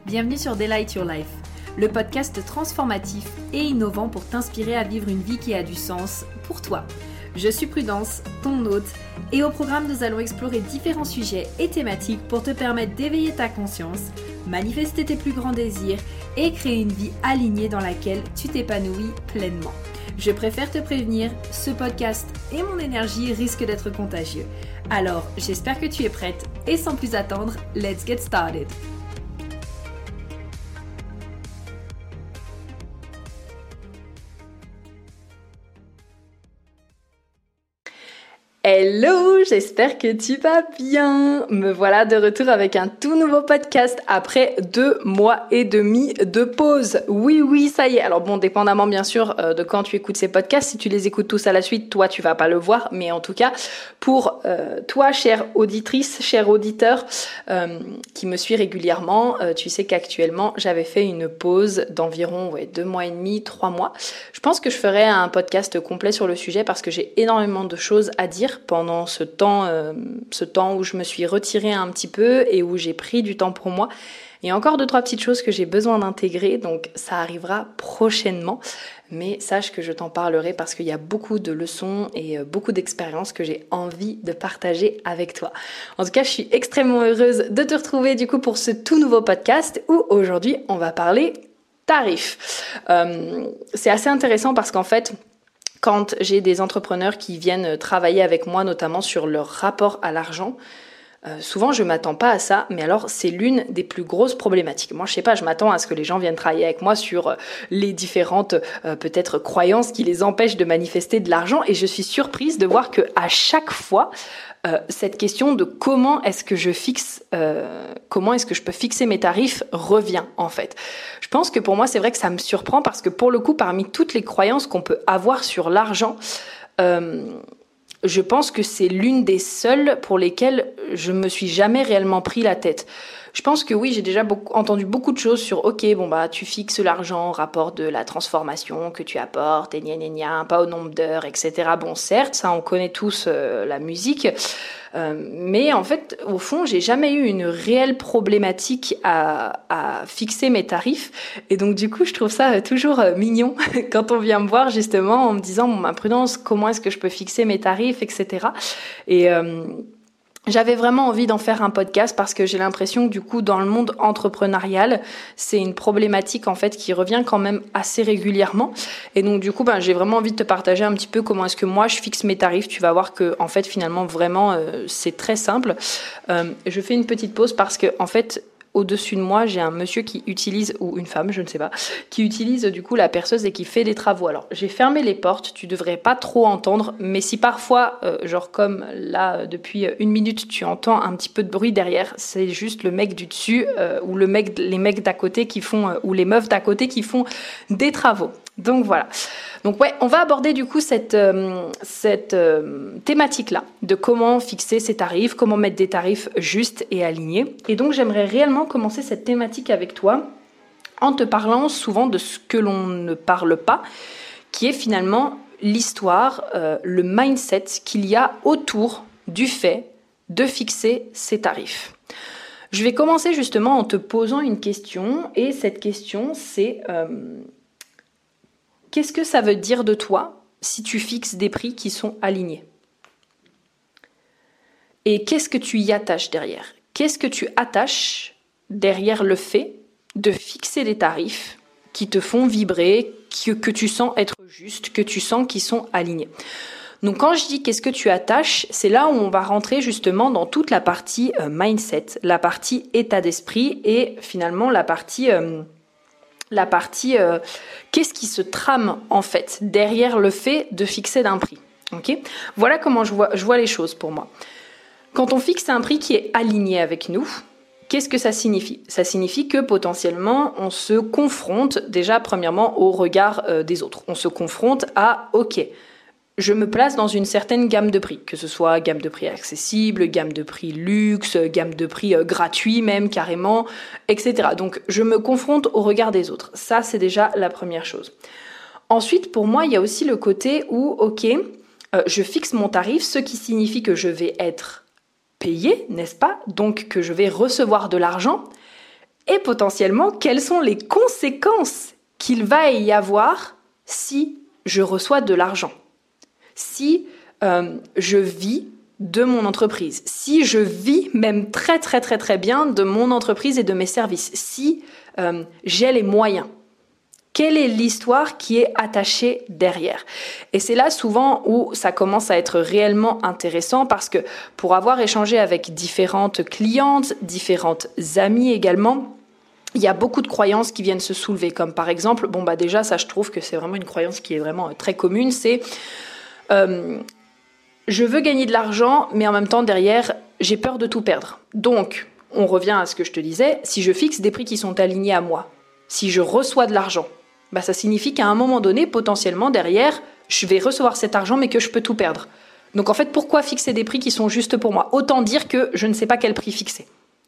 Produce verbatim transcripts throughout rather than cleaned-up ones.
Bienvenue sur Delight Your Life, le podcast transformatif et innovant pour t'inspirer à vivre une vie qui a du sens pour toi. Je suis Prudence, ton hôte, et au programme nous allons explorer différents sujets et thématiques pour te permettre d'éveiller ta conscience, manifester tes plus grands désirs et créer une vie alignée dans laquelle tu t'épanouis pleinement. Je préfère te prévenir, ce podcast et mon énergie risquent d'être contagieux. Alors, j'espère que tu es prête et sans plus attendre, let's get started! Hello, j'espère que tu vas bien. Me voilà de retour avec un tout nouveau podcast après deux mois et demi de pause. Oui, oui, ça y est. Alors bon, dépendamment bien sûr euh, de quand tu écoutes ces podcasts, si tu les écoutes tous à la suite, toi tu vas pas le voir. Mais en tout cas, pour euh, toi, chère auditrice, cher auditeur, euh, qui me suit régulièrement, euh, tu sais qu'actuellement j'avais fait une pause d'environ ouais, deux mois et demi, trois mois. Je pense que je ferai un podcast complet sur le sujet parce que j'ai énormément de choses à dire pendant ce temps, euh, ce temps où je me suis retirée un petit peu et où j'ai pris du temps pour moi. Il y a encore deux, trois petites choses que j'ai besoin d'intégrer, donc ça arrivera prochainement. Mais sache que je t'en parlerai parce qu'il y a beaucoup de leçons et beaucoup d'expériences que j'ai envie de partager avec toi. En tout cas, je suis extrêmement heureuse de te retrouver du coup pour ce tout nouveau podcast où aujourd'hui on va parler tarifs. Euh, c'est assez intéressant parce qu'en fait, quand j'ai des entrepreneurs qui viennent travailler avec moi, notamment sur leur rapport à l'argent, euh, souvent je m'attends pas à ça, mais alors c'est l'une des plus grosses problématiques. Moi je sais pas, je m'attends à ce que les gens viennent travailler avec moi sur les différentes euh, peut-être croyances qui les empêchent de manifester de l'argent, et je suis surprise de voir que à chaque fois euh, cette question de comment est-ce que je fixe, euh, comment est-ce que je peux fixer mes tarifs revient en fait. Je pense que pour moi c'est vrai que ça me surprend parce que pour le coup parmi toutes les croyances qu'on peut avoir sur l'argent, euh, je pense que c'est l'une des seules pour lesquelles je me suis jamais réellement pris la tête. Je pense que oui, j'ai déjà beaucoup, entendu beaucoup de choses sur ok, bon bah tu fixes l'argent au rapport de la transformation que tu apportes, et gna gna gna, pas au nombre d'heures, et cetera. Bon certes, ça on connaît tous euh, la musique, euh, mais en fait au fond j'ai jamais eu une réelle problématique à, à fixer mes tarifs, et donc du coup je trouve ça toujours euh, mignon quand on vient me voir justement en me disant bon ma Prudence, comment est-ce que je peux fixer mes tarifs, et cetera. Et euh, J'avais vraiment envie d'en faire un podcast parce que j'ai l'impression que du coup dans le monde entrepreneurial, c'est une problématique en fait qui revient quand même assez régulièrement. Et donc du coup, ben j'ai vraiment envie de te partager un petit peu comment est-ce que moi je fixe mes tarifs. Tu vas voir que en fait finalement vraiment euh, c'est très simple. Euh, je fais une petite pause parce que en fait au-dessus de moi, j'ai un monsieur qui utilise, ou une femme, je ne sais pas, qui utilise du coup la perceuse et qui fait des travaux. Alors, j'ai fermé les portes, tu devrais pas trop entendre, mais si parfois, euh, genre comme là, depuis une minute, tu entends un petit peu de bruit derrière, c'est juste le mec du dessus, euh, ou le mec, les mecs d'à côté qui font, euh, ou les meufs d'à côté qui font des travaux. Donc voilà. Donc ouais, on va aborder du coup cette, euh, cette euh, thématique-là de comment fixer ses tarifs, comment mettre des tarifs justes et alignés. Et donc j'aimerais réellement commencer cette thématique avec toi en te parlant souvent de ce que l'on ne parle pas, qui est finalement l'histoire, euh, le mindset qu'il y a autour du fait de fixer ses tarifs. Je vais commencer justement en te posant une question, et cette question c'est... Euh, Qu'est-ce que ça veut dire de toi si tu fixes des prix qui sont alignés ? Et qu'est-ce que tu y attaches derrière ? Qu'est-ce que tu attaches derrière le fait de fixer des tarifs qui te font vibrer, que, que tu sens être justes, que tu sens qu'ils sont alignés ? Donc quand je dis qu'est-ce que tu attaches, c'est là où on va rentrer justement dans toute la partie euh, mindset, la partie état d'esprit et finalement la partie... Euh, la partie euh, qu'est-ce qui se trame en fait derrière le fait de fixer d'un prix. Okay ? Voilà comment je vois, je vois les choses pour moi. Quand on fixe un prix qui est aligné avec nous, qu'est-ce que ça signifie ? Ça signifie que potentiellement on se confronte déjà premièrement au regard euh, des autres. On se confronte à ok, je me place dans une certaine gamme de prix, que ce soit gamme de prix accessible, gamme de prix luxe, gamme de prix euh, gratuit même carrément, et cetera. Donc je me confronte au regard des autres. Ça, c'est déjà la première chose. Ensuite, pour moi, il y a aussi le côté où, ok, euh, je fixe mon tarif, ce qui signifie que je vais être payé, n'est-ce pas ? Donc que je vais recevoir de l'argent. et potentiellement quelles sont les conséquences qu'il va y avoir si je reçois de l'argent, si euh, je vis de mon entreprise, si je vis même très très très très bien de mon entreprise et de mes services, si euh, j'ai les moyens. Quelle est l'histoire qui est attachée derrière? Et c'est là souvent où ça commence à être réellement intéressant parce que pour avoir échangé avec différentes clientes, différentes amies également, il y a beaucoup de croyances qui viennent se soulever. Comme par exemple, bon bah déjà ça je trouve que c'est vraiment une croyance qui est vraiment très commune, c'est euh, je veux gagner de l'argent mais en même temps derrière j'ai peur de tout perdre. Donc on revient à ce que je te disais, si je fixe des prix qui sont alignés à moi, si je reçois de l'argent, bah ça signifie qu'à un moment donné, potentiellement, derrière, je vais recevoir cet argent, mais que je peux tout perdre. Donc en fait, pourquoi fixer des prix qui sont justes pour moi? Autant dire que je ne sais pas quel prix fixer.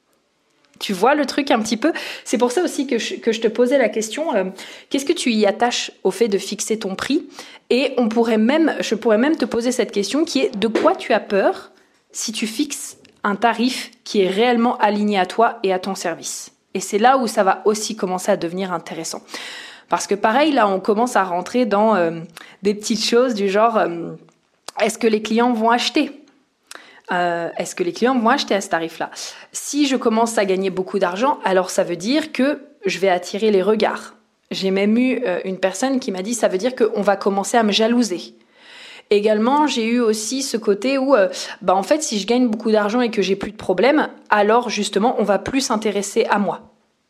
Tu vois le truc un petit peu? C'est pour ça aussi que je, que je te posais la question, euh, qu'est-ce que tu y attaches au fait de fixer ton prix? Et on pourrait même, je pourrais même te poser cette question qui est, de quoi tu as peur si tu fixes un tarif qui est réellement aligné à toi et à ton service? Et c'est là où ça va aussi commencer à devenir intéressant. Parce que pareil, là, on commence à rentrer dans euh, des petites choses du genre, euh, est-ce que les clients vont acheter ? euh, Est-ce que les clients vont acheter à ce tarif-là ? Si je commence à gagner beaucoup d'argent, alors ça veut dire que je vais attirer les regards. J'ai même eu euh, une personne qui m'a dit, ça veut dire qu'on va commencer à me jalouser. Également, j'ai eu aussi ce côté où, euh, bah en fait, si je gagne beaucoup d'argent et que j'ai plus de problèmes, alors justement, on va plus s'intéresser à moi.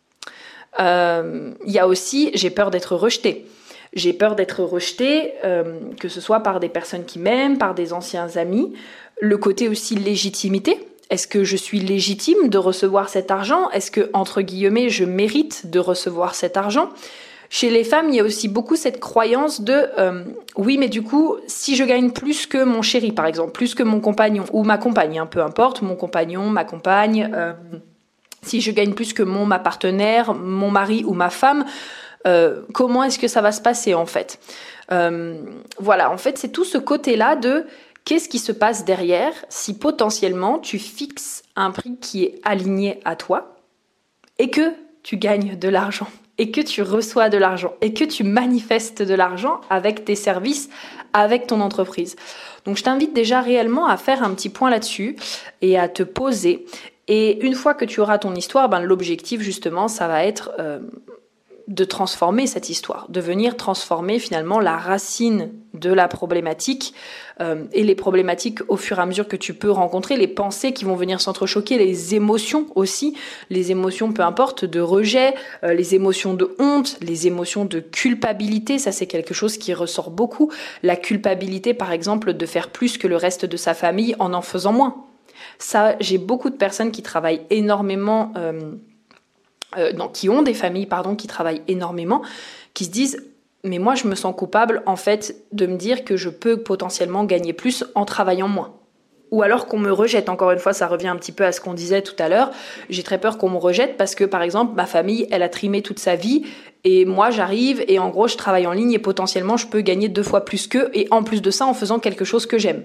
Il euh, y a aussi, j'ai peur d'être rejetée. J'ai peur d'être rejetée, euh, que ce soit par des personnes qui m'aiment, par des anciens amis. Le côté aussi légitimité. Est-ce que je suis légitime de recevoir cet argent ? Est-ce que, entre guillemets, je mérite de recevoir cet argent ? Chez les femmes, il y a aussi beaucoup cette croyance de euh, oui, mais du coup, si je gagne plus que mon chéri, par exemple, plus que mon compagnon ou ma compagne, hein, peu importe, mon compagnon, ma compagne, euh, si je gagne plus que mon ma partenaire, mon mari ou ma femme, euh, comment est-ce que ça va se passer en fait ? euh, Voilà, en fait, c'est tout ce côté-là de qu'est-ce qui se passe derrière si potentiellement tu fixes un prix qui est aligné à toi et que tu gagnes de l'argent. Et que tu reçois de l'argent, et que tu manifestes de l'argent avec tes services, avec ton entreprise. Donc je t'invite déjà réellement à faire un petit point là-dessus et à te poser. Et une fois que tu auras ton histoire, ben, l'objectif justement, ça va être euh, de transformer cette histoire, de venir transformer finalement la racine de la problématique euh, et les problématiques au fur et à mesure que tu peux rencontrer, les pensées qui vont venir s'entrechoquer, les émotions aussi, les émotions peu importe, de rejet, euh, les émotions de honte, les émotions de culpabilité, ça c'est quelque chose qui ressort beaucoup, la culpabilité par exemple de faire plus que le reste de sa famille en en faisant moins. Ça, j'ai beaucoup de personnes qui travaillent énormément... Euh, Euh, non, qui ont des familles pardon, qui travaillent énormément, qui se disent « mais moi je me sens coupable en fait de me dire que je peux potentiellement gagner plus en travaillant moins ». Ou alors qu'on me rejette, encore une fois ça revient un petit peu à ce qu'on disait tout à l'heure, j'ai très peur qu'on me rejette parce que par exemple ma famille elle a trimé toute sa vie et moi j'arrive et en gros je travaille en ligne et potentiellement je peux gagner deux fois plus qu'eux et en plus de ça en faisant quelque chose que j'aime.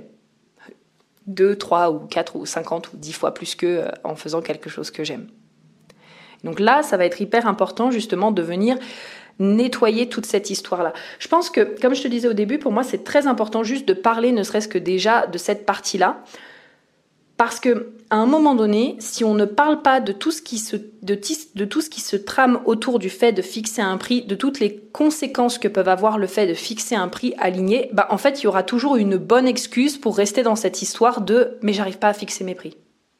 Deux, trois ou quatre ou cinquante ou dix fois plus qu'eux en faisant quelque chose que j'aime. Donc là, ça va être hyper important justement de venir nettoyer toute cette histoire-là. Je pense que, comme je te disais au début, pour moi, c'est très important juste de parler, ne serait-ce que déjà de cette partie-là. Parce que à un moment donné, si on ne parle pas de tout ce qui se, de, de tout ce qui se trame autour du fait de fixer un prix, de toutes les conséquences que peuvent avoir le fait de fixer un prix aligné, bah en fait, il y aura toujours une bonne excuse pour rester dans cette histoire de « mais j'arrive pas à fixer mes prix ».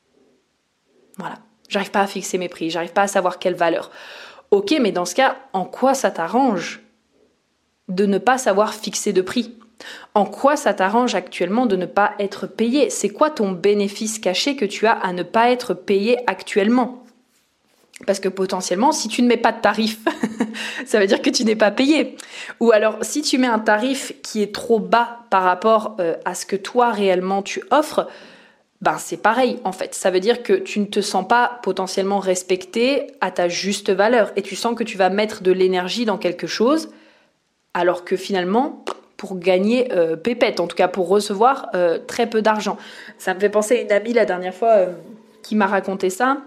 Voilà. J'arrive pas à fixer mes prix, j'arrive pas à savoir quelle valeur. Ok, mais dans ce cas, en quoi ça t'arrange de ne pas savoir fixer de prix ? En quoi ça t'arrange actuellement de ne pas être payé ? C'est quoi ton bénéfice caché que tu as à ne pas être payé actuellement ? Parce que potentiellement, si tu ne mets pas de tarif, ça veut dire que tu n'es pas payé. Ou alors, si tu mets un tarif qui est trop bas par rapport euh, à ce que toi réellement tu offres, ben c'est pareil en fait, ça veut dire que tu ne te sens pas potentiellement respecté à ta juste valeur et tu sens que tu vas mettre de l'énergie dans quelque chose alors que finalement pour gagner euh, pépette, en tout cas pour recevoir euh, très peu d'argent. Ça me fait penser à une amie la dernière fois euh, qui m'a raconté ça.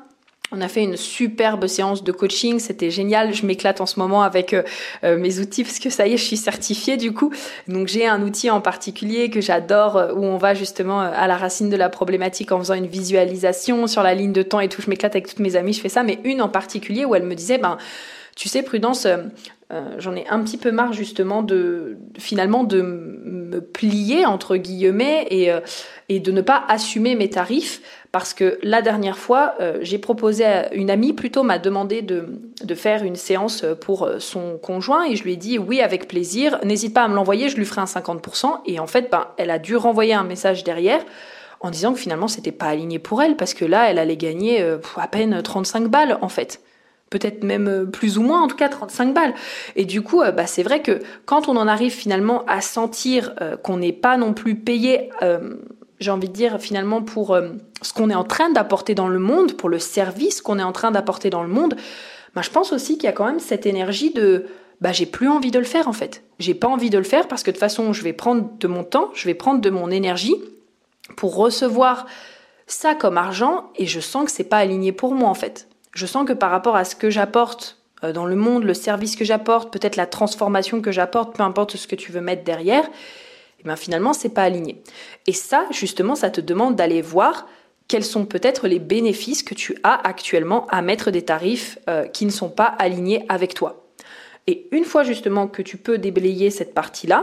On a fait une superbe séance de coaching, c'était génial. Je m'éclate en ce moment avec euh, euh, mes outils parce que ça y est, je suis certifiée du coup. Donc j'ai un outil en particulier que j'adore euh, où on va justement euh, à la racine de la problématique en faisant une visualisation sur la ligne de temps et tout. Je m'éclate avec toutes mes amies, je fais ça. Mais une en particulier où elle me disait, ben tu sais Prudence, euh, euh, j'en ai un petit peu marre justement de finalement de me plier entre guillemets et euh, et de ne pas assumer mes tarifs. Parce que la dernière fois, euh, j'ai proposé à une amie, plutôt m'a demandé de, de faire une séance pour son conjoint et je lui ai dit oui avec plaisir, n'hésite pas à me l'envoyer, je lui ferai un cinquante pour cent. Et en fait, ben, elle a dû renvoyer un message derrière en disant que finalement c'était pas aligné pour elle parce que là, elle allait gagner euh, à peine trente-cinq balles en fait. Peut-être même plus ou moins, en tout cas trente-cinq balles. Et du coup, euh, bah, c'est vrai que quand on en arrive finalement à sentir euh, qu'on n'est pas non plus payé... Euh, j'ai envie de dire finalement pour euh, ce qu'on est en train d'apporter dans le monde, pour le service qu'on est en train d'apporter dans le monde, bah, je pense aussi qu'il y a quand même cette énergie de bah j'ai plus envie de le faire en fait. J'ai pas envie de le faire parce que de toute façon je vais prendre de mon temps, je vais prendre de mon énergie pour recevoir ça comme argent et je sens que c'est pas aligné pour moi en fait. Je sens que par rapport à ce que j'apporte euh, dans le monde, le service que j'apporte, peut-être la transformation que j'apporte, peu importe ce que tu veux mettre derrière, et bien finalement, c'est pas aligné. Et ça, justement, ça te demande d'aller voir quels sont peut-être les bénéfices que tu as actuellement à mettre des tarifs euh, qui ne sont pas alignés avec toi. Et une fois justement que tu peux déblayer cette partie-là,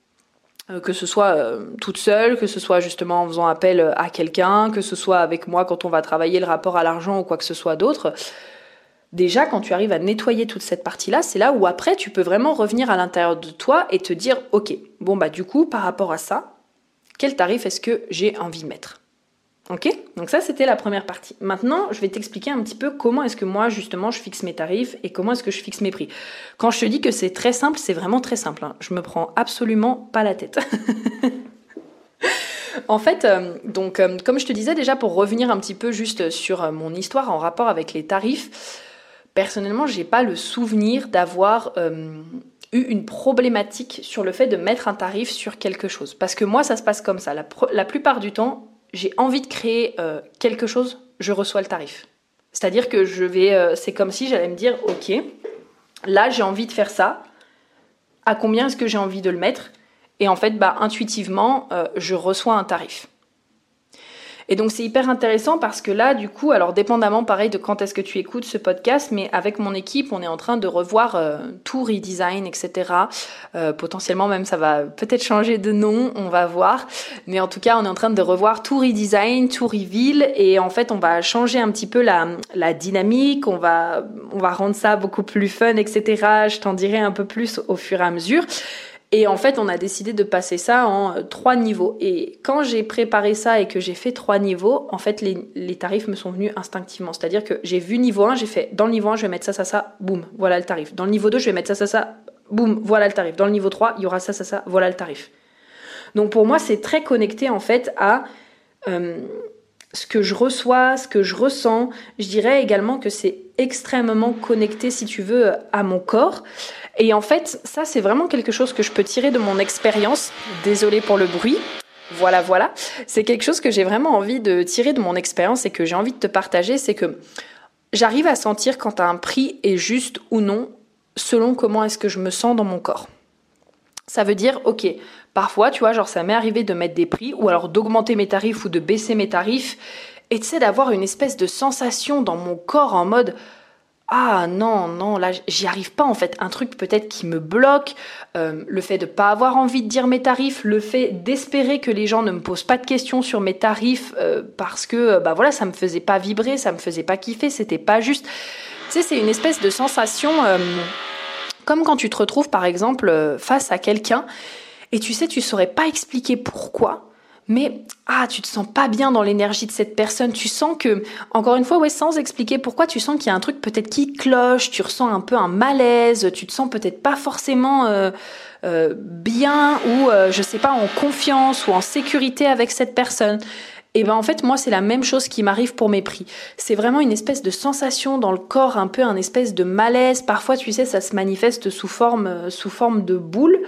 euh, que ce soit euh, toute seule, que ce soit justement en faisant appel à quelqu'un, que ce soit avec moi quand on va travailler le rapport à l'argent ou quoi que ce soit d'autre, déjà, quand tu arrives à nettoyer toute cette partie-là, c'est là où après, tu peux vraiment revenir à l'intérieur de toi et te dire, ok, bon bah du coup, par rapport à ça, quel tarif est-ce que j'ai envie de mettre ? Ok ? Donc ça, c'était la première partie. Maintenant, je vais t'expliquer un petit peu comment est-ce que moi, justement, je fixe mes tarifs et comment est-ce que je fixe mes prix. Quand je te dis que c'est très simple, c'est vraiment très simple. Hein. Je me prends absolument pas la tête. En fait, euh, donc, euh, comme je te disais déjà, pour revenir un petit peu juste sur euh, mon histoire en rapport avec les tarifs, personnellement, j'ai pas le souvenir d'avoir euh, eu une problématique sur le fait de mettre un tarif sur quelque chose. Parce que moi, ça se passe comme ça. La, pro- la plupart du temps, j'ai envie de créer euh, quelque chose, je reçois le tarif. C'est-à-dire que je vais, euh, c'est comme si j'allais me dire, ok, là j'ai envie de faire ça. À combien est-ce que j'ai envie de le mettre ? Et en fait, bah intuitivement, euh, je reçois un tarif. Et donc c'est hyper intéressant parce que là, du coup, alors dépendamment pareil de quand est-ce que tu écoutes ce podcast, mais avec mon équipe, on est en train de revoir euh, tout redesign, et cetera. Euh, potentiellement même ça va peut-être changer de nom, on va voir. Mais en tout cas, on est en train de revoir tout redesign, tout reveal, et en fait, on va changer un petit peu la, la dynamique, on va, on va rendre ça beaucoup plus fun, et cetera. Je t'en dirai un peu plus au fur et à mesure. Et en fait, on a décidé de passer ça en euh, trois niveaux. Et quand j'ai préparé ça et que j'ai fait trois niveaux, en fait, les, les tarifs me sont venus instinctivement. C'est-à-dire que j'ai vu niveau un, j'ai fait, dans le niveau un, je vais mettre ça, ça, ça, boum, voilà le tarif. Dans le niveau deux, je vais mettre ça, ça, ça, boum, voilà le tarif. Dans le niveau trois, il y aura ça, ça, ça, voilà le tarif. Donc pour moi, c'est très connecté en fait à euh, ce que je reçois, ce que je ressens. Je dirais également que c'est extrêmement connecté, si tu veux, à mon corps. Et en fait, ça, c'est vraiment quelque chose que je peux tirer de mon expérience. Désolée pour le bruit. Voilà, voilà. C'est quelque chose que j'ai vraiment envie de tirer de mon expérience et que j'ai envie de te partager. C'est que j'arrive à sentir quand un prix est juste ou non selon comment est-ce que je me sens dans mon corps. Ça veut dire, ok, parfois, tu vois, genre ça m'est arrivé de mettre des prix ou alors d'augmenter mes tarifs ou de baisser mes tarifs et tu sais, d'avoir une espèce de sensation dans mon corps en mode... Ah non, non, là j'y arrive pas en fait. Un truc peut-être qui me bloque, euh, le fait de pas avoir envie de dire mes tarifs, le fait d'espérer que les gens ne me posent pas de questions sur mes tarifs euh, parce que bah voilà, ça me faisait pas vibrer, ça me faisait pas kiffer, c'était pas juste. Tu sais, c'est une espèce de sensation euh, comme quand tu te retrouves par exemple euh, face à quelqu'un et tu sais, tu saurais pas expliquer pourquoi. Mais ah, tu te sens pas bien dans l'énergie de cette personne. Tu sens que, encore une fois, ouais, sans expliquer pourquoi, tu sens qu'il y a un truc peut-être qui cloche. Tu ressens un peu un malaise. Tu te sens peut-être pas forcément euh, euh, bien ou euh, je sais pas, en confiance ou en sécurité avec cette personne. Et ben en fait, moi, c'est la même chose qui m'arrive pour mes prix. C'est vraiment une espèce de sensation dans le corps, un peu un espèce de malaise. Parfois, tu sais, ça se manifeste sous forme, sous forme de boule.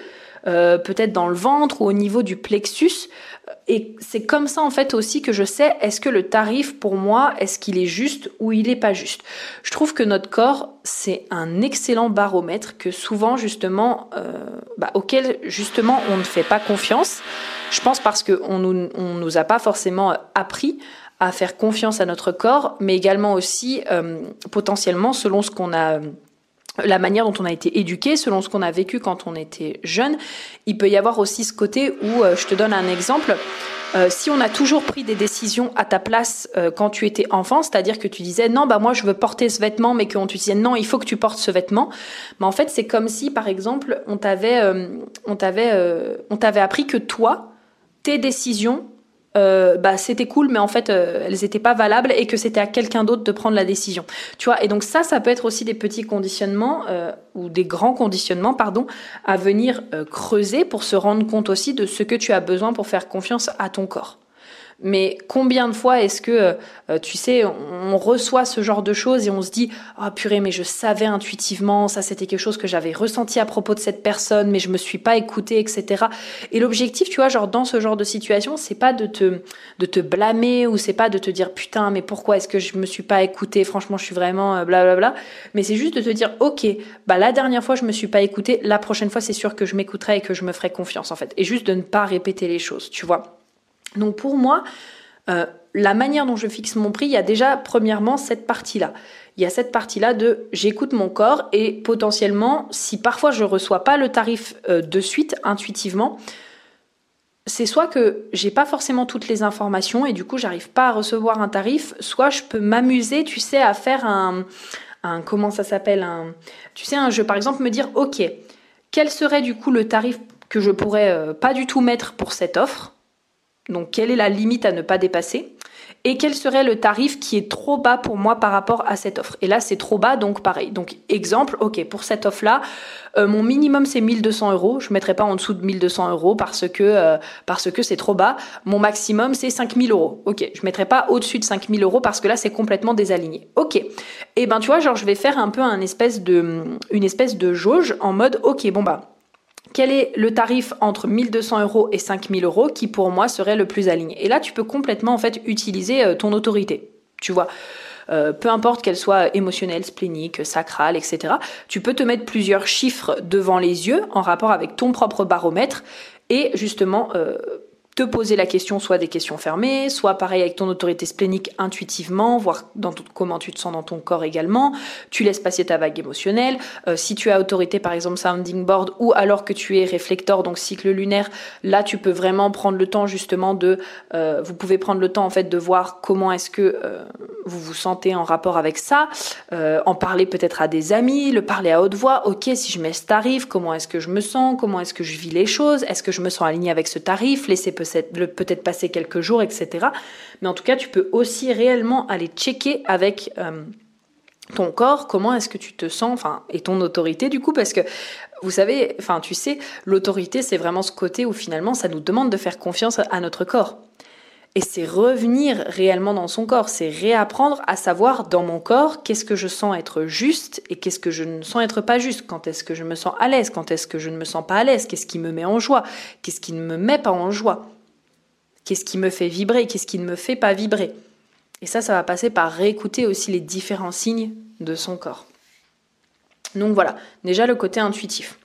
euh, peut-être dans le ventre ou au niveau du plexus. Et c'est comme ça en fait aussi que je sais est-ce que le tarif pour moi, est-ce qu'il est juste ou il est pas juste. Je trouve que notre corps, c'est un excellent baromètre que souvent justement, euh, bah, auquel justement on ne fait pas confiance. Je pense parce qu'on nous, on nous a pas forcément appris à faire confiance à notre corps, mais également aussi euh, potentiellement selon ce qu'on a... la manière dont on a été éduqué, selon ce qu'on a vécu quand on était jeune. Il peut y avoir aussi ce côté où, euh, je te donne un exemple, euh, si on a toujours pris des décisions à ta place euh, quand tu étais enfant, c'est-à-dire que tu disais non, bah moi je veux porter ce vêtement, mais qu'on te disait non, il faut que tu portes ce vêtement. Mais en fait, c'est comme si, par exemple, on t'avait, euh, on t'avait, euh, on t'avait appris que toi, tes décisions, Euh, bah c'était cool, mais en fait euh, elles étaient pas valables et que c'était à quelqu'un d'autre de prendre la décision, tu vois. Et donc ça ça peut être aussi des petits conditionnements euh, ou des grands conditionnements pardon à venir euh, creuser pour se rendre compte aussi de ce que tu as besoin pour faire confiance à ton corps. Mais combien de fois est-ce que, euh, tu sais, on, on reçoit ce genre de choses et on se dit « Ah, oh, purée, mais je savais intuitivement, ça c'était quelque chose que j'avais ressenti à propos de cette personne, mais je me suis pas écoutée, et cetera » Et l'objectif, tu vois, genre dans ce genre de situation, c'est pas de te, de te blâmer ou c'est pas de te dire « Putain, mais pourquoi est-ce que je me suis pas écoutée? Franchement, je suis vraiment euh, blablabla. » Mais c'est juste de te dire « Ok, bah la dernière fois, je me suis pas écoutée, la prochaine fois, c'est sûr que je m'écouterai et que je me ferai confiance, en fait. » Et juste de ne pas répéter les choses, tu vois. Donc pour moi, euh, la manière dont je fixe mon prix, il y a déjà premièrement cette partie-là. Il y a cette partie-là de j'écoute mon corps et potentiellement, si parfois je reçois pas le tarif euh, de suite, intuitivement, c'est soit que j'ai pas forcément toutes les informations et du coup j'arrive pas à recevoir un tarif, soit je peux m'amuser, tu sais, à faire un, un comment ça s'appelle, un, tu sais, un jeu. Par exemple, me dire, ok, quel serait du coup le tarif que je pourrais euh, pas du tout mettre pour cette offre? Donc, quelle est la limite à ne pas dépasser? Et quel serait le tarif qui est trop bas pour moi par rapport à cette offre? Et là, c'est trop bas, donc pareil. Donc, exemple, ok, pour cette offre-là, euh, mon minimum, c'est mille deux cents euros. Je ne mettrai pas en dessous de mille deux cents euros parce que, euh, parce que c'est trop bas. Mon maximum, c'est cinq mille euros. Ok, je ne mettrai pas au-dessus de cinq mille euros parce que là, c'est complètement désaligné. Ok. Et ben, tu vois, genre, je vais faire un peu un espèce de, une espèce de jauge en mode, ok, bon bah, quel est le tarif entre mille deux cents euros et cinq mille euros qui pour moi serait le plus aligné? Et là, tu peux complètement en fait utiliser ton autorité, tu vois. Euh, peu importe qu'elle soit émotionnelle, splénique, sacrale, et cetera. Tu peux te mettre plusieurs chiffres devant les yeux en rapport avec ton propre baromètre et justement euh, te poser la question, soit des questions fermées, soit pareil avec ton autorité splénique intuitivement, voir dans ton, comment tu te sens dans ton corps également. Tu laisses passer ta vague émotionnelle. Euh, si tu as autorité, par exemple, sounding board, ou alors que tu es réflecteur, donc cycle lunaire, là, tu peux vraiment prendre le temps justement de... Euh, vous pouvez prendre le temps en fait de voir comment est-ce que euh, vous vous sentez en rapport avec ça, euh, en parler peut-être à des amis, le parler à haute voix. Ok, si je mets ce tarif, comment est-ce que je me sens? Comment est-ce que je vis les choses? Est-ce que je me sens alignée avec ce tarif? Laissez peut-être passer quelques jours, et cetera. Mais en tout cas, tu peux aussi réellement aller checker avec euh, ton corps, comment est-ce que tu te sens, enfin, et ton autorité du coup, parce que vous savez, enfin, tu sais, l'autorité, c'est vraiment ce côté où finalement, ça nous demande de faire confiance à notre corps. Et c'est revenir réellement dans son corps, c'est réapprendre à savoir dans mon corps qu'est-ce que je sens être juste et qu'est-ce que je ne sens être pas juste, quand est-ce que je me sens à l'aise, quand est-ce que je ne me sens pas à l'aise, qu'est-ce qui me met en joie, qu'est-ce qui ne me met pas en joie. Qu'est-ce qui me fait vibrer? Qu'est-ce qui ne me fait pas vibrer? Et ça, ça va passer par réécouter aussi les différents signes de son corps. Donc voilà, déjà le côté intuitif.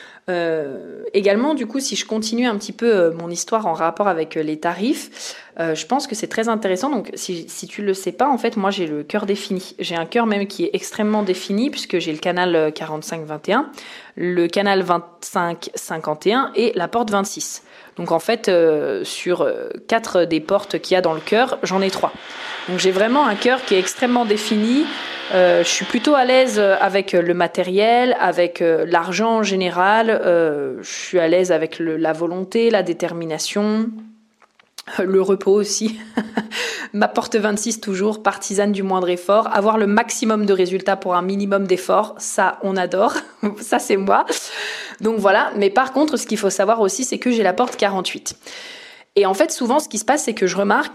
Euh, également, du coup, si je continue un petit peu euh, mon histoire en rapport avec euh, les tarifs, euh, je pense que c'est très intéressant. Donc, si, si tu le sais pas, en fait, moi, j'ai le cœur défini. J'ai un cœur même qui est extrêmement défini puisque j'ai le canal quarante-cinq vingt et un, le canal vingt-cinq cinquante et un et la porte vingt-six. Donc, en fait, euh, sur euh, quatre des portes qu'il y a dans le cœur, j'en ai trois. Donc, j'ai vraiment un cœur qui est extrêmement défini. Euh, je suis plutôt à l'aise avec le matériel, avec euh, l'argent en général. Euh, je suis à l'aise avec le, la volonté, la détermination, le repos aussi. Ma porte vingt-six toujours, partisane du moindre effort. Avoir le maximum de résultats pour un minimum d'efforts, ça on adore. Ça c'est moi. Donc voilà. Mais par contre, ce qu'il faut savoir aussi, c'est que j'ai la porte quarante-huit. Et en fait, souvent, ce qui se passe, c'est que je remarque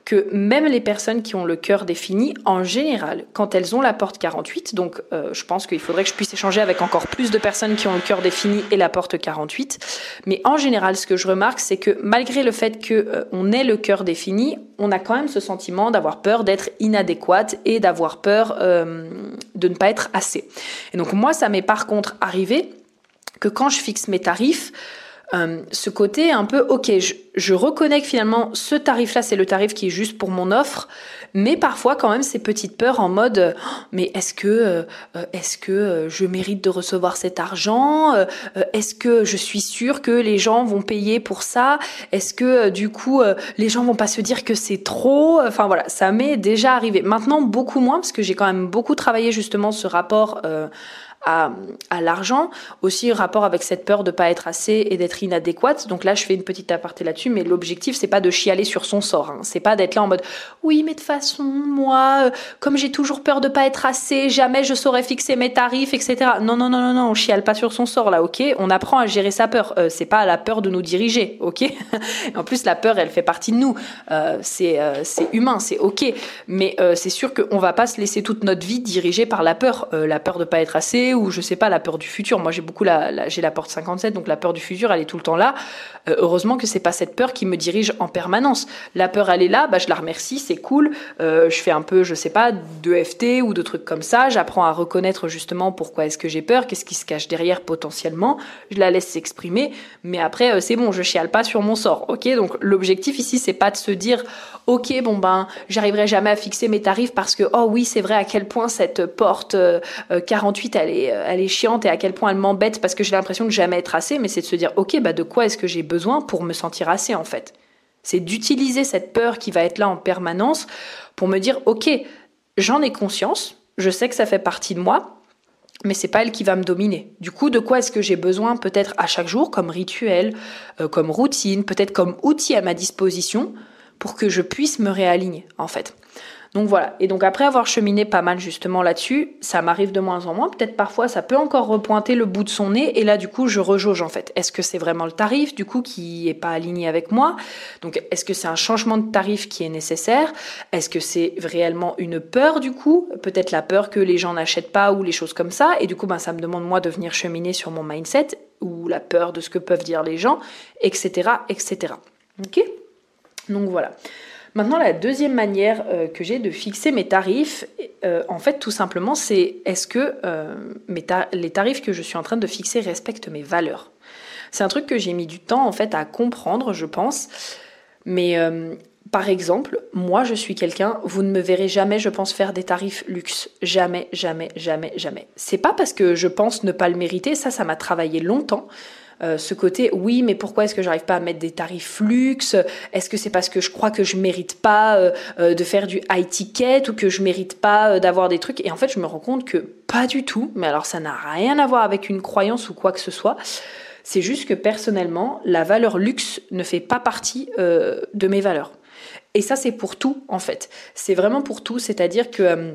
que même les personnes qui ont le cœur défini, en général, quand elles ont la porte quarante-huit, donc euh, je pense qu'il faudrait que je puisse échanger avec encore plus de personnes qui ont le cœur défini et la porte quarante-huit, mais en général, ce que je remarque, c'est que malgré le fait qu'on euh, ait le cœur défini, on a quand même ce sentiment d'avoir peur d'être inadéquate et d'avoir peur euh, de ne pas être assez. Et donc moi, ça m'est par contre arrivé que quand je fixe mes tarifs, Euh, ce côté un peu, ok, je, je reconnais que finalement ce tarif-là, c'est le tarif qui est juste pour mon offre, mais parfois quand même ces petites peurs en mode, euh, mais est-ce que, euh, est-ce que euh, je mérite de recevoir cet argent euh, Est-ce que je suis sûre que les gens vont payer pour ça Est-ce que euh, du coup euh, les gens vont pas se dire que c'est trop Enfin voilà, ça m'est déjà arrivé. Maintenant beaucoup moins parce que j'ai quand même beaucoup travaillé justement ce rapport euh, À, à l'argent, aussi rapport avec cette peur de pas être assez et d'être inadéquate. Donc là, je fais une petite aparté là-dessus, mais l'objectif, c'est pas de chialer sur son sort, hein. C'est pas d'être là en mode oui, mais de façon, moi, euh, comme j'ai toujours peur de pas être assez, jamais je saurais fixer mes tarifs, et cetera. Non, non, non, non, non, on chiale pas sur son sort là, ok. On apprend à gérer sa peur. Euh, c'est pas la peur de nous diriger, ok. En plus, la peur, elle fait partie de nous. Euh, c'est, euh, c'est humain, c'est ok. Mais euh, c'est sûr qu'on va pas se laisser toute notre vie dirigée par la peur, euh, la peur de pas être assez, ou je sais pas, la peur du futur. Moi j'ai beaucoup la, la j'ai la porte cinquante-sept, donc la peur du futur elle est tout le temps là. Euh, heureusement que c'est pas cette peur qui me dirige en permanence. La peur elle est là, bah je la remercie, c'est cool. Euh, je fais un peu, je sais pas, de F T ou de trucs comme ça. J'apprends à reconnaître justement pourquoi est-ce que j'ai peur, qu'est-ce qui se cache derrière potentiellement. Je la laisse s'exprimer, mais après euh, c'est bon, je chiale pas sur mon sort. Ok, donc l'objectif ici c'est pas de se dire ok bon ben j'arriverai jamais à fixer mes tarifs parce que oh oui c'est vrai à quel point cette porte euh, quarante-huit elle est elle est chiante et à quel point elle m'embête parce que j'ai l'impression de jamais être assez, mais c'est de se dire ok bah de quoi est-ce que j'ai besoin pour me sentir assez en fait. C'est d'utiliser cette peur qui va être là en permanence pour me dire ok j'en ai conscience, je sais que ça fait partie de moi, mais c'est pas elle qui va me dominer. Du coup, de quoi est-ce que j'ai besoin peut-être à chaque jour comme rituel, euh, comme routine, peut-être comme outil à ma disposition pour que je puisse me réaligner en fait. Donc voilà, et donc après avoir cheminé pas mal justement là-dessus, ça m'arrive de moins en moins, peut-être parfois ça peut encore repointer le bout de son nez, et là du coup je rejauge en fait. Est-ce que c'est vraiment le tarif du coup qui est pas aligné avec moi? Donc est-ce que c'est un changement de tarif qui est nécessaire? Est-ce que c'est réellement une peur du coup? Peut-être la peur que les gens n'achètent pas ou les choses comme ça, et du coup ben, ça me demande moi de venir cheminer sur mon mindset, ou la peur de ce que peuvent dire les gens, et cetera et cetera. Ok? Donc voilà. Maintenant, la deuxième manière euh, que j'ai de fixer mes tarifs, euh, en fait, tout simplement, c'est est-ce que euh, mes ta- les tarifs que je suis en train de fixer respectent mes valeurs? C'est un truc que j'ai mis du temps, en fait, à comprendre, je pense. Mais, euh, par exemple, moi, je suis quelqu'un, vous ne me verrez jamais, je pense, faire des tarifs luxe. Jamais, jamais, jamais, jamais. C'est pas parce que je pense ne pas le mériter, ça, ça m'a travaillé longtemps. Euh, ce côté, oui, mais pourquoi est-ce que j'arrive pas à mettre des tarifs luxe? Est-ce que c'est parce que je crois que je mérite pas euh, euh, de faire du high ticket ou que je mérite pas euh, d'avoir des trucs? Et en fait, je me rends compte que pas du tout. Mais alors, ça n'a rien à voir avec une croyance ou quoi que ce soit. C'est juste que personnellement, la valeur luxe ne fait pas partie euh, de mes valeurs. Et ça, c'est pour tout, en fait. C'est vraiment pour tout. C'est-à-dire que, euh,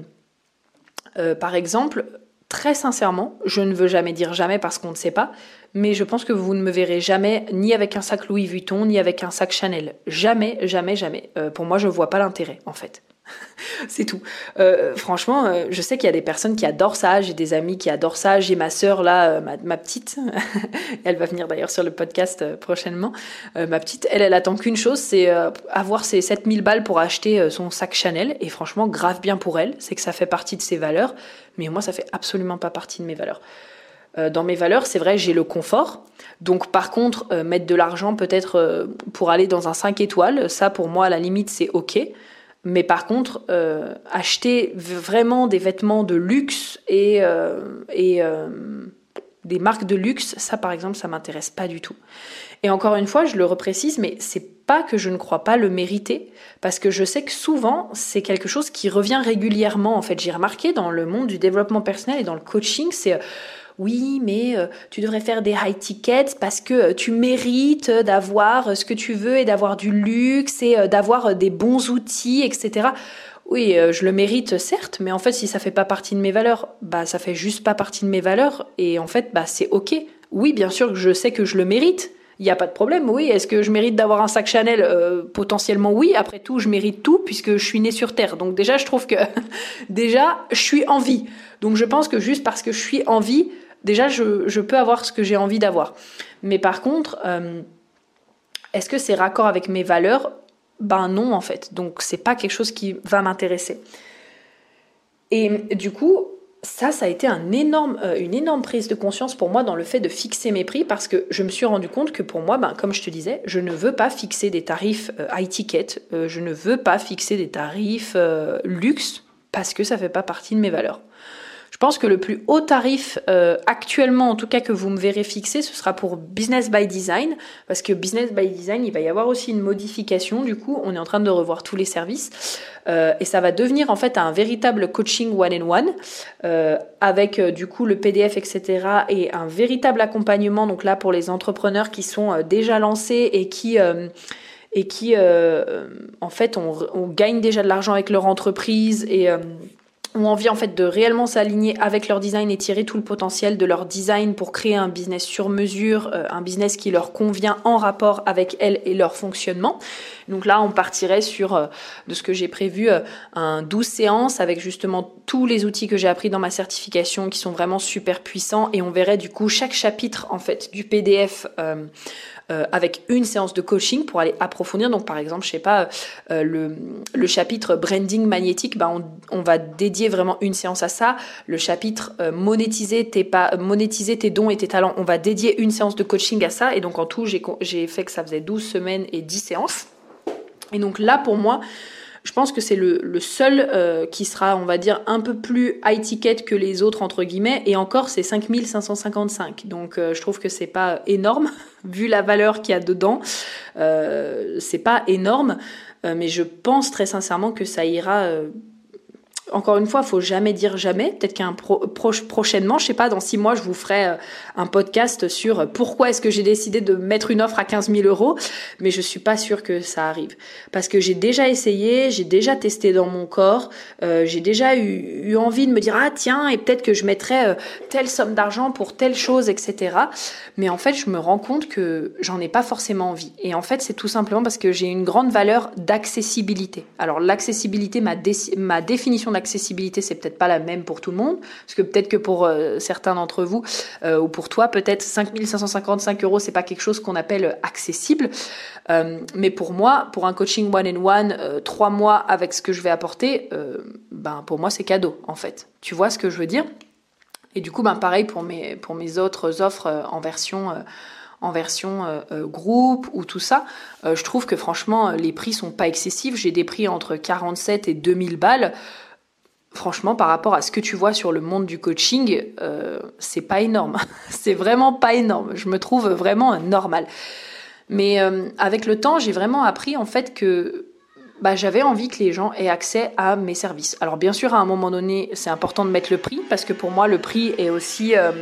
euh, par exemple, très sincèrement, je ne veux jamais dire jamais parce qu'on ne sait pas, mais je pense que vous ne me verrez jamais ni avec un sac Louis Vuitton, ni avec un sac Chanel. Jamais, jamais, jamais. Euh, pour moi, je vois pas l'intérêt, en fait. C'est tout. Euh, franchement, euh, je sais qu'il y a des personnes qui adorent ça, j'ai des amis qui adorent ça, j'ai ma sœur là, euh, ma, ma petite, elle va venir d'ailleurs sur le podcast euh, prochainement, euh, ma petite, elle, elle attend qu'une chose, c'est euh, avoir ses sept mille balles pour acheter euh, son sac Chanel, et franchement, grave bien pour elle, c'est que ça fait partie de ses valeurs, mais moi, ça fait absolument pas partie de mes valeurs. Euh, dans mes valeurs, c'est vrai, j'ai le confort. Donc, par contre, euh, mettre de l'argent peut-être euh, pour aller dans un cinq étoiles, ça, pour moi, à la limite, c'est OK. Mais par contre, euh, acheter vraiment des vêtements de luxe et, euh, et euh, des marques de luxe, ça, par exemple, ça m'intéresse pas du tout. Et encore une fois, je le reprécise, mais c'est pas que je ne crois pas le mériter, parce que je sais que souvent, c'est quelque chose qui revient régulièrement. En fait, j'ai remarqué dans le monde du développement personnel et dans le coaching, c'est... Oui, mais euh, tu devrais faire des high tickets parce que euh, tu mérites d'avoir euh, ce que tu veux et d'avoir du luxe et euh, d'avoir euh, des bons outils, et cetera. Oui, euh, je le mérite certes, mais en fait, si ça fait pas partie de mes valeurs, bah ça fait juste pas partie de mes valeurs et en fait, bah c'est ok. Oui, bien sûr que je sais que je le mérite, Il n'y a pas de problème, oui. Est-ce que je mérite d'avoir un sac Chanel? euh, Potentiellement oui. Après tout, je mérite tout puisque je suis née sur Terre. Donc déjà, je trouve que déjà, je suis en vie. Donc je pense que juste parce que je suis en vie, déjà, je, je peux avoir ce que j'ai envie d'avoir. Mais par contre, euh, est-ce que c'est raccord avec mes valeurs? Ben non, en fait. Donc c'est pas quelque chose qui va m'intéresser. Et du coup, ça, ça a été un énorme, euh, une énorme prise de conscience pour moi dans le fait de fixer mes prix parce que je me suis rendu compte que pour moi, ben, comme je te disais, je ne veux pas fixer des tarifs euh, high ticket, euh, je ne veux pas fixer des tarifs euh, luxe parce que ça ne fait pas partie de mes valeurs. Je pense que le plus haut tarif euh, actuellement, en tout cas que vous me verrez fixer, ce sera pour Business by Design, parce que Business by Design, il va y avoir aussi une modification. Du coup, on est en train de revoir tous les services euh, et ça va devenir en fait un véritable coaching one-on-one euh, avec euh, du coup le P D F, et cetera et un véritable accompagnement. Donc là, pour les entrepreneurs qui sont euh, déjà lancés et qui euh, et qui euh, en fait on, on gagne déjà de l'argent avec leur entreprise et euh, ont envie en fait de réellement s'aligner avec leur design et tirer tout le potentiel de leur design pour créer un business sur mesure, euh, un business qui leur convient en rapport avec elles et leur fonctionnement. Donc là, on partirait sur, euh, de ce que j'ai prévu, euh, un douze séances avec justement tous les outils que j'ai appris dans ma certification qui sont vraiment super puissants et on verrait du coup chaque chapitre en fait du P D F euh, Euh, avec une séance de coaching pour aller approfondir. Donc par exemple, je sais pas, euh, le, le chapitre branding magnétique, bah, on, on va dédier vraiment une séance à ça. Le chapitre euh, monétiser tes pas, monétiser tes dons et tes talents, on va dédier une séance de coaching à ça. Et donc en tout, j'ai, j'ai fait que ça faisait douze semaines et dix séances. Et donc là, pour moi, je pense que c'est le, le seul euh, qui sera, on va dire, un peu plus high ticket que les autres, entre guillemets. Et encore, c'est cinq mille cinq cent cinquante-cinq. Donc, euh, je trouve que c'est pas énorme, vu la valeur qu'il y a dedans. Euh, c'est pas énorme. Euh, mais je pense très sincèrement que ça ira... Euh, Encore une fois, faut jamais dire jamais. Peut-être qu'un pro, proche, prochainement, je sais pas, dans six mois, je vous ferai euh, un podcast sur pourquoi est-ce que j'ai décidé de mettre une offre à quinze mille euros. Mais je suis pas sûre que ça arrive. Parce que j'ai déjà essayé, j'ai déjà testé dans mon corps, euh, j'ai déjà eu, eu envie de me dire, ah tiens, et peut-être que je mettrais euh, telle somme d'argent pour telle chose, et cetera. Mais en fait, je me rends compte que j'en ai pas forcément envie. Et en fait, c'est tout simplement parce que j'ai une grande valeur d'accessibilité. Alors, l'accessibilité, ma, dé- ma définition d'accessibilité, c'est peut-être pas la même pour tout le monde, parce que peut-être que pour euh, certains d'entre vous euh, ou pour toi, peut-être cinq mille cinq cent cinquante-cinq euros, c'est pas quelque chose qu'on appelle accessible. Euh, mais pour moi, pour un coaching one-on-one, euh, trois mois avec ce que je vais apporter, euh, ben pour moi c'est cadeau en fait. Tu vois ce que je veux dire? Et du coup, ben pareil pour mes pour mes autres offres euh, en version euh, en version euh, euh, groupe ou tout ça, euh, je trouve que franchement les prix sont pas excessifs. J'ai des prix entre quarante-sept et deux mille balles. Franchement, par rapport à ce que tu vois sur le monde du coaching, euh, c'est pas énorme. C'est vraiment pas énorme. Je me trouve vraiment normal. Mais euh, avec le temps, j'ai vraiment appris en fait que bah, j'avais envie que les gens aient accès à mes services. Alors bien sûr, à un moment donné, c'est important de mettre le prix parce que pour moi, le prix est aussi euh,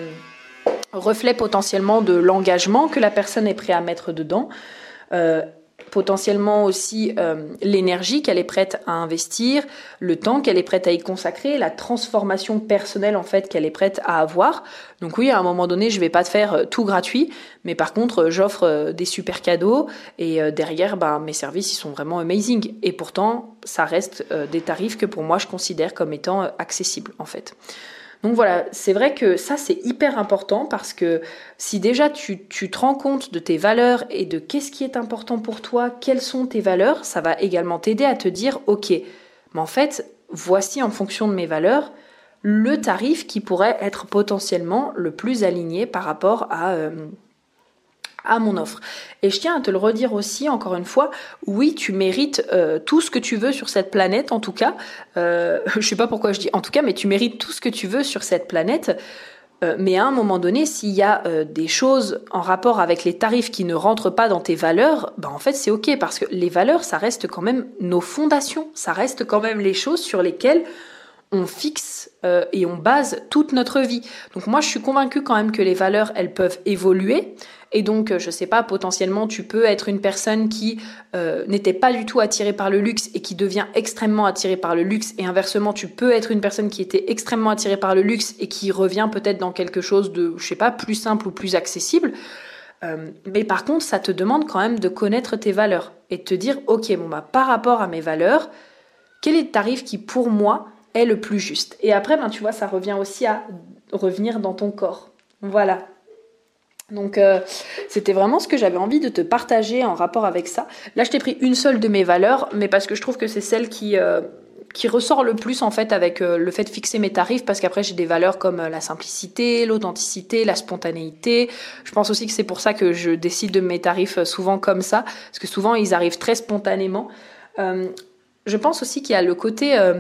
reflet potentiellement de l'engagement que la personne est prête à mettre dedans. Euh, potentiellement aussi euh, l'énergie qu'elle est prête à investir, le temps qu'elle est prête à y consacrer, la transformation personnelle en fait qu'elle est prête à avoir. Donc oui, à un moment donné, je vais pas te faire euh, tout gratuit, mais par contre, j'offre euh, des super cadeaux et euh, derrière, bah, mes services, ils sont vraiment amazing. Et pourtant, ça reste euh, des tarifs que pour moi, je considère comme étant euh, accessibles en fait. Donc voilà, c'est vrai que ça c'est hyper important parce que si déjà tu, tu te rends compte de tes valeurs et de qu'est-ce qui est important pour toi, quelles sont tes valeurs, ça va également t'aider à te dire ok, mais en fait voici en fonction de mes valeurs le tarif qui pourrait être potentiellement le plus aligné par rapport à... Euh, à mon offre. Et je tiens à te le redire aussi, encore une fois, oui, tu mérites euh, tout ce que tu veux sur cette planète, en tout cas. Euh, je sais pas pourquoi je dis en tout cas, mais tu mérites tout ce que tu veux sur cette planète. Euh, mais à un moment donné, s'il y a euh, des choses en rapport avec les tarifs qui ne rentrent pas dans tes valeurs, ben en fait c'est ok, parce que les valeurs, ça reste quand même nos fondations, ça reste quand même les choses sur lesquelles on fixe euh, et on base toute notre vie. Donc moi, je suis convaincue quand même que les valeurs, elles peuvent évoluer. Et donc, je sais pas, potentiellement, tu peux être une personne qui euh, n'était pas du tout attirée par le luxe et qui devient extrêmement attirée par le luxe. Et inversement, tu peux être une personne qui était extrêmement attirée par le luxe et qui revient peut-être dans quelque chose de, je sais pas, plus simple ou plus accessible. Euh, mais par contre, ça te demande quand même de connaître tes valeurs et de te dire, ok, bon bah par rapport à mes valeurs, quel est le tarif qui pour moi est le plus juste? Et après, ben tu vois, ça revient aussi à revenir dans ton corps. Voilà. Donc euh, c'était vraiment ce que j'avais envie de te partager en rapport avec ça. Là, je t'ai pris une seule de mes valeurs, mais parce que je trouve que c'est celle qui euh, qui ressort le plus en fait avec euh, le fait de fixer mes tarifs, parce qu'après j'ai des valeurs comme euh, la simplicité, l'authenticité, la spontanéité. Je pense aussi que c'est pour ça que je décide de mes tarifs euh, souvent comme ça, parce que souvent ils arrivent très spontanément. Euh, je pense aussi qu'il y a le côté euh,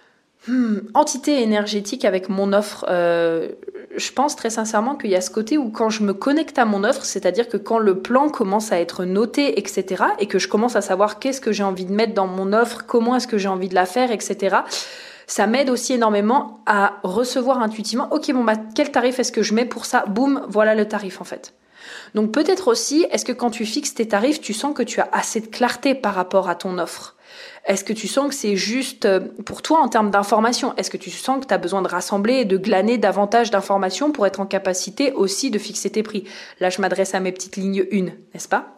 hmm, entité énergétique avec mon offre. Euh, je pense très sincèrement qu'il y a ce côté où quand je me connecte à mon offre, c'est-à-dire que quand le plan commence à être noté, et cetera, et que je commence à savoir qu'est-ce que j'ai envie de mettre dans mon offre, comment est-ce que j'ai envie de la faire, et cetera, ça m'aide aussi énormément à recevoir intuitivement, ok, bon, bah, quel tarif est-ce que je mets pour ça? Boum, voilà le tarif en fait. Donc peut-être aussi, est-ce que quand tu fixes tes tarifs, tu sens que tu as assez de clarté par rapport à ton offre? Est-ce que tu sens que c'est juste pour toi en termes d'information? Est-ce que tu sens que tu as besoin de rassembler et de glaner davantage d'informations pour être en capacité aussi de fixer tes prix? Là, je m'adresse à mes petites lignes un, n'est-ce pas?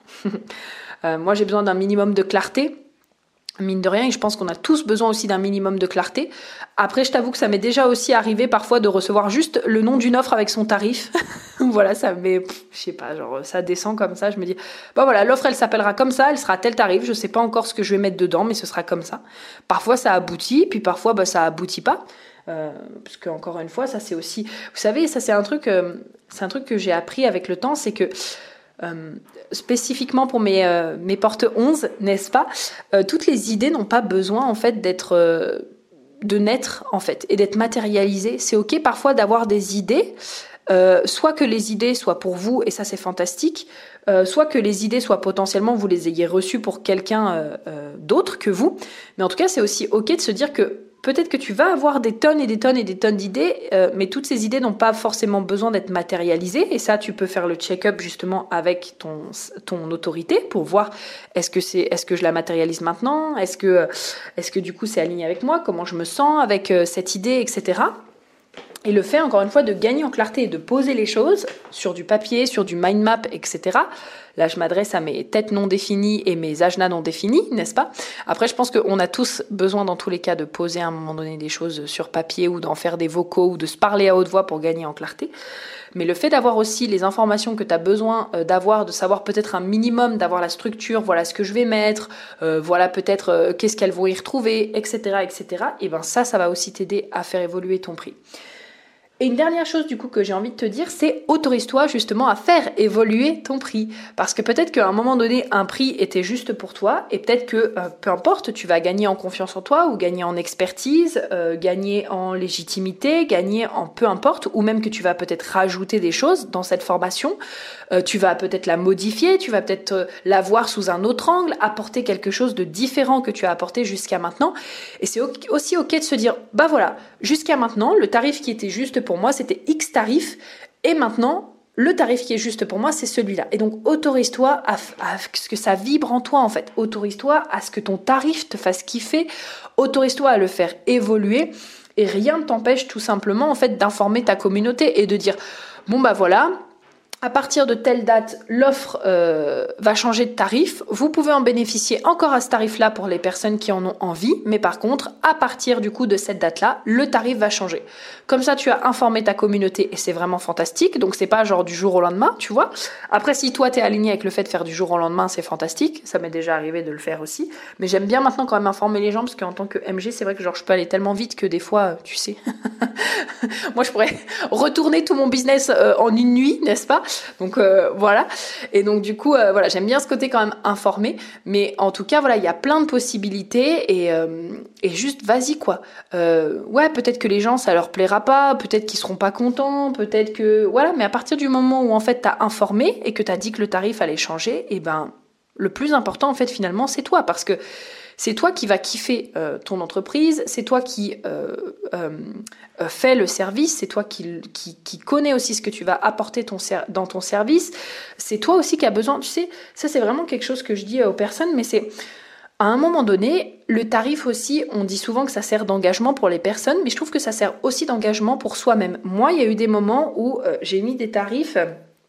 euh, Moi, j'ai besoin d'un minimum de clarté. Mine de rien, et je pense qu'on a tous besoin aussi d'un minimum de clarté. Après, je t'avoue que ça m'est déjà aussi arrivé parfois de recevoir juste le nom d'une offre avec son tarif. Voilà, ça met, je sais pas, genre ça descend comme ça. Je me dis, bah voilà, l'offre elle s'appellera comme ça, elle sera à tel tarif. Je sais pas encore ce que je vais mettre dedans, mais ce sera comme ça. Parfois ça aboutit, puis parfois bah ça aboutit pas. Euh, parce que encore une fois, ça c'est aussi, vous savez, ça c'est un truc, euh, c'est un truc que j'ai appris avec le temps, c'est que Euh, spécifiquement pour mes, euh, mes portes onze, n'est-ce pas, euh, toutes les idées n'ont pas besoin en fait d'être euh, de naître en fait et d'être matérialisées. C'est ok parfois d'avoir des idées, euh, soit que les idées soient pour vous et ça c'est fantastique, euh, soit que les idées soient potentiellement vous les ayez reçues pour quelqu'un euh, euh, d'autre que vous, mais en tout cas c'est aussi ok de se dire que peut-être que tu vas avoir des tonnes et des tonnes et des tonnes d'idées, euh, mais toutes ces idées n'ont pas forcément besoin d'être matérialisées. Et ça, tu peux faire le check-up justement avec ton, ton autorité pour voir est-ce que c'est, est-ce que je la matérialise maintenant? Est-ce que, est-ce que du coup c'est aligné avec moi? Comment je me sens avec euh, cette idée, et cetera. Et le fait, encore une fois, de gagner en clarté et de poser les choses sur du papier, sur du mind map, et cetera. Là, je m'adresse à mes têtes non définies et mes ajnas non définis, n'est-ce pas? Après, je pense qu'on a tous besoin, dans tous les cas, de poser à un moment donné des choses sur papier ou d'en faire des vocaux ou de se parler à haute voix pour gagner en clarté. Mais le fait d'avoir aussi les informations que tu as besoin d'avoir, de savoir peut-être un minimum, d'avoir la structure, voilà ce que je vais mettre, euh, voilà peut-être euh, qu'est-ce qu'elles vont y retrouver, et cetera, et cetera. Et ben ça, ça va aussi t'aider à faire évoluer ton prix. Et une dernière chose du coup que j'ai envie de te dire, c'est autorise-toi justement à faire évoluer ton prix. Parce que peut-être qu'à un moment donné, un prix était juste pour toi et peut-être que, euh, peu importe, tu vas gagner en confiance en toi ou gagner en expertise, euh, gagner en légitimité, gagner en peu importe, ou même que tu vas peut-être rajouter des choses dans cette formation. Euh, tu vas peut-être la modifier, tu vas peut-être euh, la voir sous un autre angle, apporter quelque chose de différent que tu as apporté jusqu'à maintenant. Et c'est aussi ok de se dire, bah voilà, jusqu'à maintenant, le tarif qui était juste pour Pour moi, c'était X tarif, et maintenant, le tarif qui est juste pour moi, c'est celui-là. Et donc, autorise-toi à, à ce que ça vibre en toi, en fait. Autorise-toi à ce que ton tarif te fasse kiffer. Autorise-toi à le faire évoluer. Et rien ne t'empêche tout simplement, en fait, d'informer ta communauté et de dire, bon, bah voilà, à partir de telle date, l'offre euh, va changer de tarif. Vous pouvez en bénéficier encore à ce tarif-là pour les personnes qui en ont envie. Mais par contre, à partir du coup de cette date-là, le tarif va changer. Comme ça, tu as informé ta communauté et c'est vraiment fantastique. Donc, c'est pas genre du jour au lendemain, tu vois. Après, si toi, t'es aligné avec le fait de faire du jour au lendemain, c'est fantastique. Ça m'est déjà arrivé de le faire aussi. Mais j'aime bien maintenant quand même informer les gens parce qu'en tant que M G, c'est vrai que genre je peux aller tellement vite que des fois, tu sais, moi, je pourrais retourner tout mon business euh, en une nuit, n'est-ce pas? Donc euh, voilà, et donc du coup euh, voilà, j'aime bien ce côté quand même informé, mais en tout cas voilà, il y a plein de possibilités et, euh, et juste vas-y quoi. Euh, ouais, peut-être que les gens ça leur plaira pas, peut-être qu'ils seront pas contents, peut-être que voilà, mais à partir du moment où en fait t'as informé et que t'as dit que le tarif allait changer, et ben le plus important en fait finalement c'est toi, parce que c'est toi qui vas kiffer euh, ton entreprise, c'est toi qui euh, euh, fait le service, c'est toi qui, qui, qui connais aussi ce que tu vas apporter ton ser- dans ton service, c'est toi aussi qui as besoin, tu sais, ça c'est vraiment quelque chose que je dis aux personnes, mais c'est à un moment donné, le tarif aussi, on dit souvent que ça sert d'engagement pour les personnes, mais je trouve que ça sert aussi d'engagement pour soi-même. Moi, il y a eu des moments où euh, j'ai mis des tarifs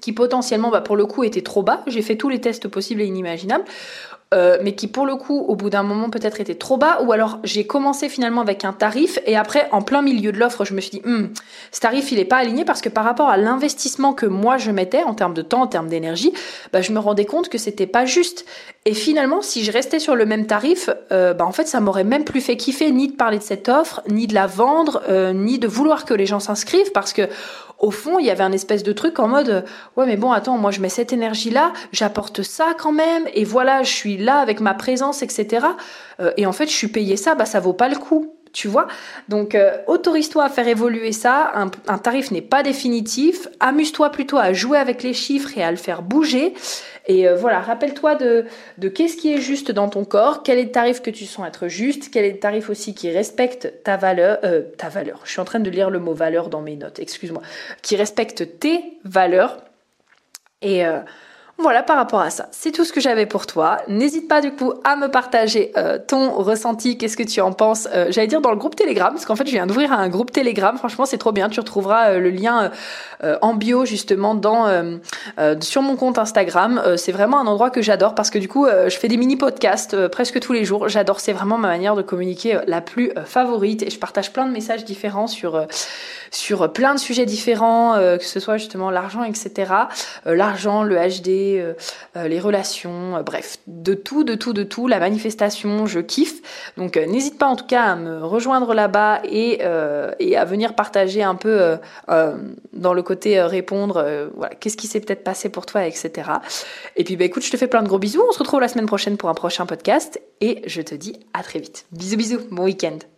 qui potentiellement, bah, pour le coup, était trop bas. J'ai fait tous les tests possibles et inimaginables. Euh, mais qui pour le coup au bout d'un moment peut-être était trop bas, ou alors j'ai commencé finalement avec un tarif et après en plein milieu de l'offre je me suis dit hm, ce tarif il est pas aligné, parce que par rapport à l'investissement que moi je mettais en termes de temps, en termes d'énergie, bah, je me rendais compte que c'était pas juste. Et finalement si je restais sur le même tarif, euh, bah, en fait ça m'aurait même plus fait kiffer ni de parler de cette offre, ni de la vendre, euh, ni de vouloir que les gens s'inscrivent, parce que au fond, il y avait un espèce de truc en mode euh, ouais mais bon attends, moi je mets cette énergie-là, j'apporte ça quand même, et voilà, je suis là avec ma présence, et cetera. Euh, et en fait, je suis payée ça, bah ça vaut pas le coup. Tu vois, donc euh, autorise-toi à faire évoluer ça. Un, un tarif n'est pas définitif. Amuse-toi plutôt à jouer avec les chiffres et à le faire bouger. Et euh, voilà, rappelle-toi de, de qu'est-ce qui est juste dans ton corps, quel est le tarif que tu sens être juste, quel est le tarif aussi qui respecte ta valeur, euh, ta valeur. Je suis en train de lire le mot valeur dans mes notes, excuse-moi, qui respecte tes valeurs. Et euh, voilà, par rapport à ça, c'est tout ce que j'avais pour toi. N'hésite pas du coup à me partager euh, ton ressenti, qu'est-ce que tu en penses, euh, j'allais dire dans le groupe Telegram, parce qu'en fait je viens d'ouvrir un groupe Telegram, franchement c'est trop bien, tu retrouveras euh, le lien euh, en bio justement dans euh, euh, sur mon compte Instagram. Euh, c'est vraiment un endroit que j'adore, parce que du coup euh, je fais des mini podcasts euh, presque tous les jours, j'adore, c'est vraiment ma manière de communiquer euh, la plus euh, favorite, et je partage plein de messages différents sur euh, sur plein de sujets différents, euh, que ce soit justement l'argent, et cetera. Euh, l'argent, le H D, euh, euh, les relations, euh, bref, de tout, de tout, de tout, la manifestation, je kiffe. Donc euh, n'hésite pas en tout cas à me rejoindre là-bas et, euh, et à venir partager un peu euh, euh, dans le côté euh, répondre, euh, voilà, qu'est-ce qui s'est peut-être passé pour toi, et cetera. Et puis bah écoute, je te fais plein de gros bisous, on se retrouve la semaine prochaine pour un prochain podcast et je te dis à très vite. Bisous bisous, bon week-end.